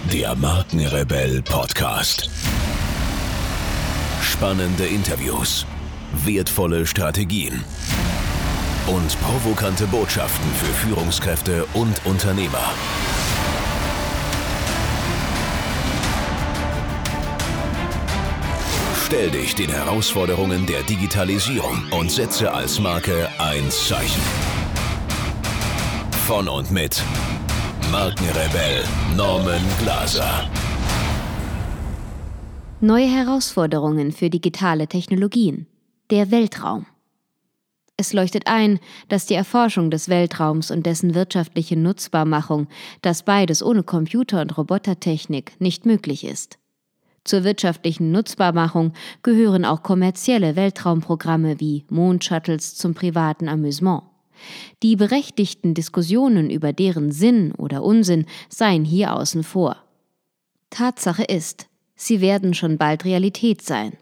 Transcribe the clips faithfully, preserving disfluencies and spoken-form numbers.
Der Markenrebell Podcast. Spannende Interviews, wertvolle Strategien und provokante Botschaften für Führungskräfte und Unternehmer. Stell dich den Herausforderungen der Digitalisierung und setze als Marke ein Zeichen. Von und mit Markenrebell Norman Glaser. Neue Herausforderungen für digitale Technologien. Der Weltraum. Es leuchtet ein, dass die Erforschung des Weltraums und dessen wirtschaftliche Nutzbarmachung, dass beides ohne Computer- und Robotertechnik nicht möglich ist. Zur wirtschaftlichen Nutzbarmachung gehören auch kommerzielle Weltraumprogramme wie Mondshuttles zum privaten Amüsement. Die berechtigten Diskussionen über deren Sinn oder Unsinn seien hier außen vor. Tatsache ist, sie werden schon bald Realität sein.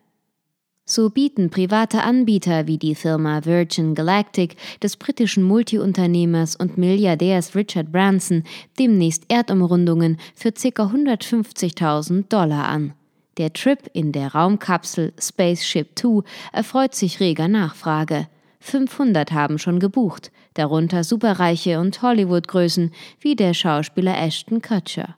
So bieten private Anbieter wie die Firma Virgin Galactic des britischen Multiunternehmers und Milliardärs Richard Branson demnächst Erdumrundungen für ca. hundertfünfzigtausend Dollar an. Der Trip in der Raumkapsel Spaceship zwei erfreut sich reger Nachfrage. fünfhundert haben schon gebucht, darunter Superreiche und Hollywood-Größen wie der Schauspieler Ashton Kutcher.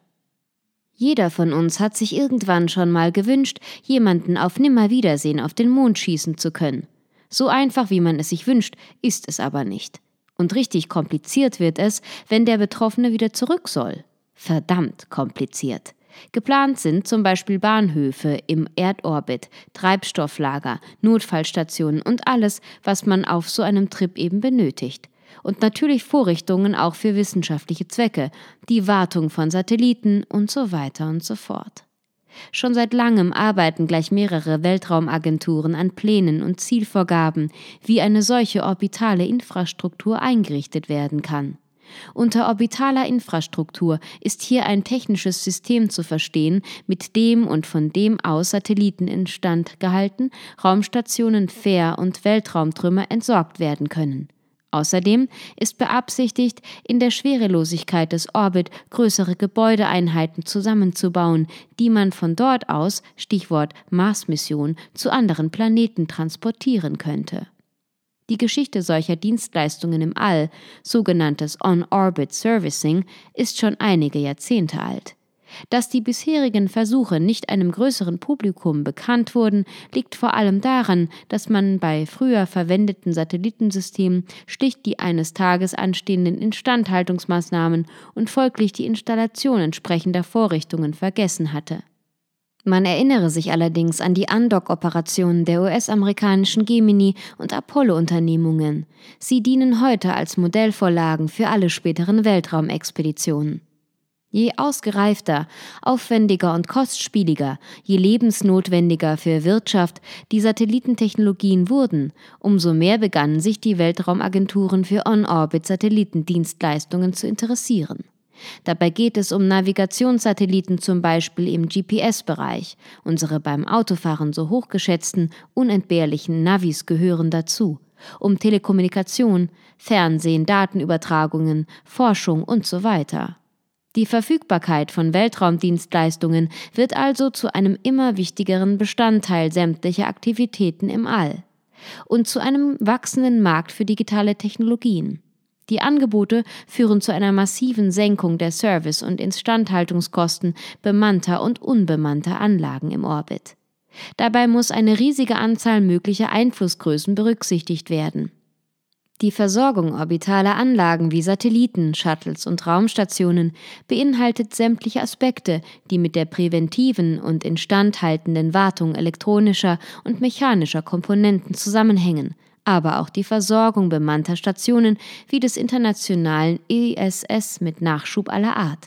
Jeder von uns hat sich irgendwann schon mal gewünscht, jemanden auf Nimmerwiedersehen auf den Mond schießen zu können. So einfach, wie man es sich wünscht, ist es aber nicht. Und richtig kompliziert wird es, wenn der Betroffene wieder zurück soll. Verdammt kompliziert. Geplant sind zum Beispiel Bahnhöfe im Erdorbit, Treibstofflager, Notfallstationen und alles, was man auf so einem Trip eben benötigt. Und natürlich Vorrichtungen auch für wissenschaftliche Zwecke, die Wartung von Satelliten und so weiter und so fort. Schon seit langem arbeiten gleich mehrere Weltraumagenturen an Plänen und Zielvorgaben, wie eine solche orbitale Infrastruktur eingerichtet werden kann. Unter orbitaler Infrastruktur ist hier ein technisches System zu verstehen, mit dem und von dem aus Satelliten instand gehalten, Raumstationen, Fähr- und Weltraumtrümmer entsorgt werden können. Außerdem ist beabsichtigt, in der Schwerelosigkeit des Orbit größere Gebäudeeinheiten zusammenzubauen, die man von dort aus, Stichwort Mars-Mission, zu anderen Planeten transportieren könnte. Die Geschichte solcher Dienstleistungen im All, sogenanntes On-Orbit Servicing, ist schon einige Jahrzehnte alt. Dass die bisherigen Versuche nicht einem größeren Publikum bekannt wurden, liegt vor allem daran, dass man bei früher verwendeten Satellitensystemen schlicht die eines Tages anstehenden Instandhaltungsmaßnahmen und folglich die Installation entsprechender Vorrichtungen vergessen hatte. Man erinnere sich allerdings an die Undock-Operationen der U S-amerikanischen Gemini- und Apollo-Unternehmungen. Sie dienen heute als Modellvorlagen für alle späteren Weltraumexpeditionen. Je ausgereifter, aufwendiger und kostspieliger, je lebensnotwendiger für Wirtschaft die Satellitentechnologien wurden, umso mehr begannen sich die Weltraumagenturen für On-Orbit-Satellitendienstleistungen zu interessieren. Dabei geht es um Navigationssatelliten zum Beispiel im G P S-Bereich. Unsere beim Autofahren so hochgeschätzten, unentbehrlichen Navis gehören dazu. Um Telekommunikation, Fernsehen, Datenübertragungen, Forschung und so weiter. Die Verfügbarkeit von Weltraumdienstleistungen wird also zu einem immer wichtigeren Bestandteil sämtlicher Aktivitäten im All und zu einem wachsenden Markt für digitale Technologien. Die Angebote führen zu einer massiven Senkung der Service- und Instandhaltungskosten bemannter und unbemannter Anlagen im Orbit. Dabei muss eine riesige Anzahl möglicher Einflussgrößen berücksichtigt werden. Die Versorgung orbitaler Anlagen wie Satelliten, Shuttles und Raumstationen beinhaltet sämtliche Aspekte, die mit der präventiven und instandhaltenden Wartung elektronischer und mechanischer Komponenten zusammenhängen, aber auch die Versorgung bemannter Stationen wie des internationalen I S S mit Nachschub aller Art.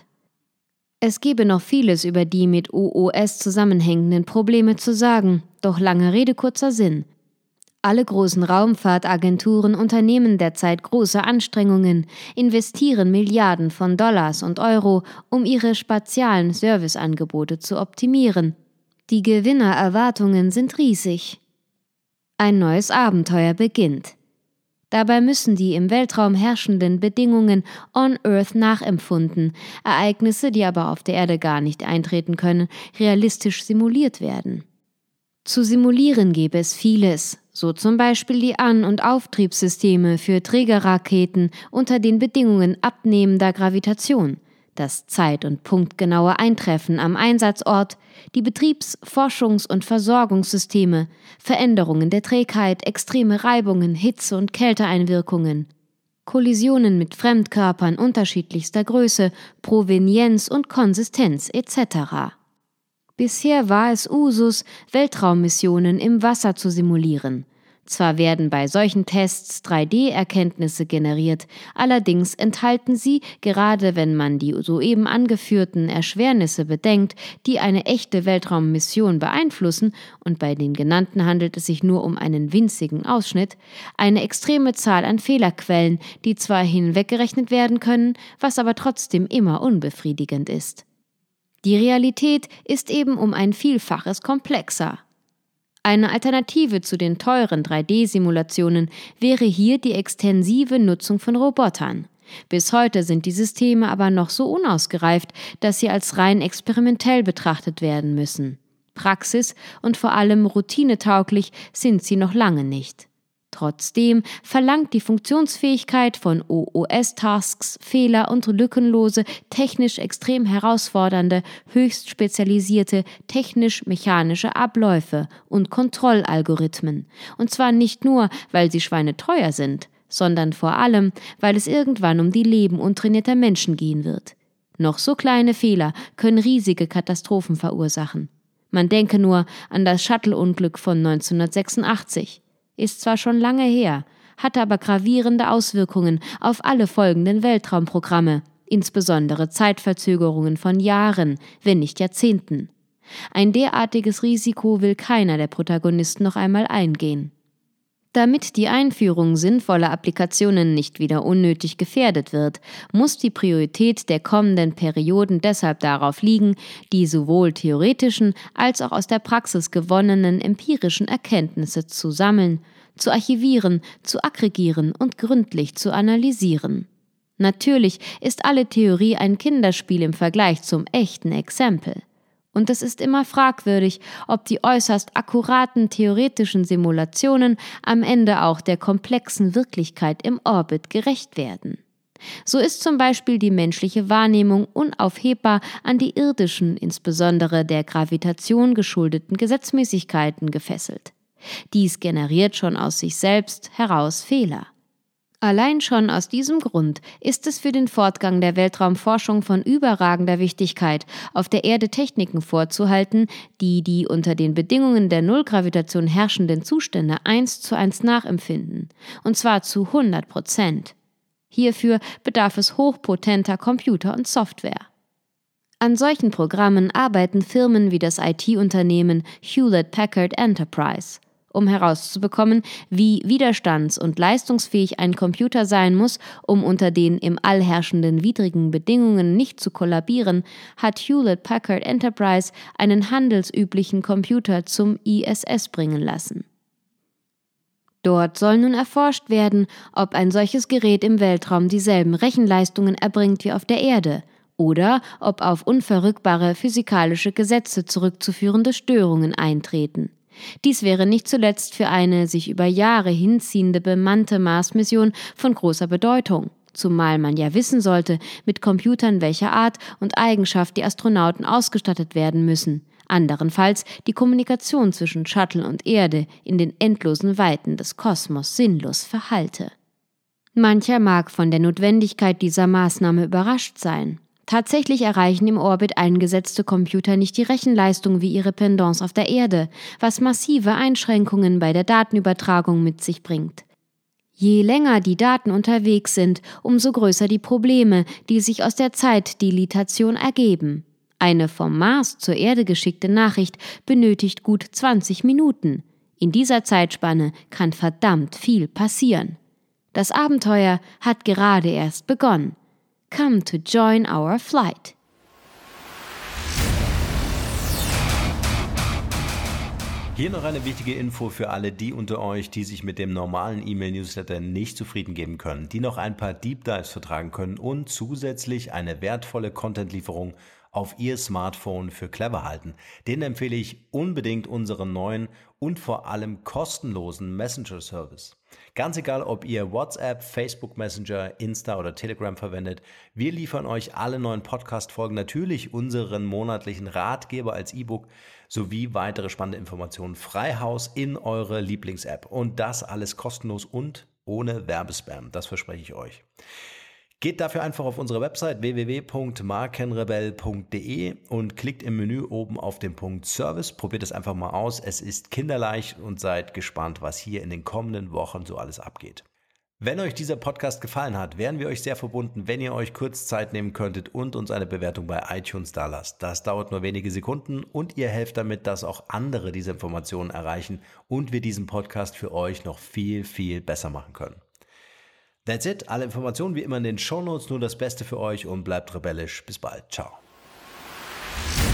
Es gäbe noch vieles über die mit O O S zusammenhängenden Probleme zu sagen, doch lange Rede, kurzer Sinn. Alle großen Raumfahrtagenturen unternehmen derzeit große Anstrengungen, investieren Milliarden von Dollars und Euro, um ihre spatialen Serviceangebote zu optimieren. Die Gewinnererwartungen sind riesig. Ein neues Abenteuer beginnt. Dabei müssen die im Weltraum herrschenden Bedingungen on Earth nachempfunden, Ereignisse, die aber auf der Erde gar nicht eintreten können, realistisch simuliert werden. Zu simulieren gäbe es vieles, so zum Beispiel die An- und Auftriebssysteme für Trägerraketen unter den Bedingungen abnehmender Gravitation, das zeit- und punktgenaue Eintreffen am Einsatzort, die Betriebs-, Forschungs- und Versorgungssysteme, Veränderungen der Trägheit, extreme Reibungen, Hitze- und Kälteeinwirkungen, Kollisionen mit Fremdkörpern unterschiedlichster Größe, Provenienz und Konsistenz et cetera. Bisher war es Usus, Weltraummissionen im Wasser zu simulieren. Zwar werden bei solchen Tests drei D Erkenntnisse generiert, allerdings enthalten sie, gerade wenn man die soeben angeführten Erschwernisse bedenkt, die eine echte Weltraummission beeinflussen, und bei den genannten handelt es sich nur um einen winzigen Ausschnitt, eine extreme Zahl an Fehlerquellen, die zwar hinweggerechnet werden können, was aber trotzdem immer unbefriedigend ist. Die Realität ist eben um ein Vielfaches komplexer. Eine Alternative zu den teuren drei D Simulationen wäre hier die extensive Nutzung von Robotern. Bis heute sind die Systeme aber noch so unausgereift, dass sie als rein experimentell betrachtet werden müssen. Praxis und vor allem routinetauglich sind sie noch lange nicht. Trotzdem verlangt die Funktionsfähigkeit von O O S-Tasks Fehler- und lückenlose, technisch extrem herausfordernde, höchst spezialisierte technisch-mechanische Abläufe und Kontrollalgorithmen. Und zwar nicht nur, weil sie schweineteuer sind, sondern vor allem, weil es irgendwann um die Leben untrainierter Menschen gehen wird. Noch so kleine Fehler können riesige Katastrophen verursachen. Man denke nur an das Shuttle-Unglück von neunzehnhundertsechsundachtzig. Ist zwar schon lange her, hatte aber gravierende Auswirkungen auf alle folgenden Weltraumprogramme, insbesondere Zeitverzögerungen von Jahren, wenn nicht Jahrzehnten. Ein derartiges Risiko will keiner der Protagonisten noch einmal eingehen. Damit die Einführung sinnvoller Applikationen nicht wieder unnötig gefährdet wird, muss die Priorität der kommenden Perioden deshalb darauf liegen, die sowohl theoretischen als auch aus der Praxis gewonnenen empirischen Erkenntnisse zu sammeln, zu archivieren, zu aggregieren und gründlich zu analysieren. Natürlich ist alle Theorie ein Kinderspiel im Vergleich zum echten Exempel. Und es ist immer fragwürdig, ob die äußerst akkuraten theoretischen Simulationen am Ende auch der komplexen Wirklichkeit im Orbit gerecht werden. So ist zum Beispiel die menschliche Wahrnehmung unaufhebbar an die irdischen, insbesondere der Gravitation geschuldeten Gesetzmäßigkeiten gefesselt. Dies generiert schon aus sich selbst heraus Fehler. Allein schon aus diesem Grund ist es für den Fortgang der Weltraumforschung von überragender Wichtigkeit, auf der Erde Techniken vorzuhalten, die die unter den Bedingungen der Nullgravitation herrschenden Zustände eins zu eins nachempfinden, und zwar zu hundert Prozent. Hierfür bedarf es hochpotenter Computer und Software. An solchen Programmen arbeiten Firmen wie das I T-Unternehmen Hewlett-Packard Enterprise. Um herauszubekommen, wie widerstands- und leistungsfähig ein Computer sein muss, um unter den im All herrschenden widrigen Bedingungen nicht zu kollabieren, hat Hewlett-Packard Enterprise einen handelsüblichen Computer zum I S S bringen lassen. Dort soll nun erforscht werden, ob ein solches Gerät im Weltraum dieselben Rechenleistungen erbringt wie auf der Erde oder ob auf unverrückbare physikalische Gesetze zurückzuführende Störungen eintreten. Dies wäre nicht zuletzt für eine sich über Jahre hinziehende bemannte Mars-Mission von großer Bedeutung, zumal man ja wissen sollte, mit Computern welcher Art und Eigenschaft die Astronauten ausgestattet werden müssen, anderenfalls die Kommunikation zwischen Shuttle und Erde in den endlosen Weiten des Kosmos sinnlos verhalte. Mancher mag von der Notwendigkeit dieser Maßnahme überrascht sein. Tatsächlich erreichen im Orbit eingesetzte Computer nicht die Rechenleistung wie ihre Pendants auf der Erde, was massive Einschränkungen bei der Datenübertragung mit sich bringt. Je länger die Daten unterwegs sind, umso größer die Probleme, die sich aus der Zeitdilatation ergeben. Eine vom Mars zur Erde geschickte Nachricht benötigt gut zwanzig Minuten. In dieser Zeitspanne kann verdammt viel passieren. Das Abenteuer hat gerade erst begonnen. Come to join our flight. Hier noch eine wichtige Info für alle die unter euch, die sich mit dem normalen E-Mail-Newsletter nicht zufrieden geben können, die noch ein paar Deep Dives vertragen können und zusätzlich eine wertvolle Content-Lieferung auf ihr Smartphone für clever halten. Denen empfehle ich unbedingt unseren neuen und vor allem kostenlosen Messenger-Service. Ganz egal, ob ihr WhatsApp, Facebook Messenger, Insta oder Telegram verwendet, wir liefern euch alle neuen Podcast-Folgen, natürlich unseren monatlichen Ratgeber als E-Book sowie weitere spannende Informationen frei Haus in eure Lieblings-App. Und das alles kostenlos und ohne Werbespam, das verspreche ich euch. Geht dafür einfach auf unsere Website w w w punkt markenrebell punkt d e und klickt im Menü oben auf den Punkt Service. Probiert es einfach mal aus. Es ist kinderleicht und seid gespannt, was hier in den kommenden Wochen so alles abgeht. Wenn euch dieser Podcast gefallen hat, wären wir euch sehr verbunden, wenn ihr euch kurz Zeit nehmen könntet und uns eine Bewertung bei iTunes dalasst. Das dauert nur wenige Sekunden und ihr helft damit, dass auch andere diese Informationen erreichen und wir diesen Podcast für euch noch viel, viel besser machen können. That's it. Alle Informationen wie immer in den Shownotes. Nur das Beste für euch und bleibt rebellisch. Bis bald. Ciao.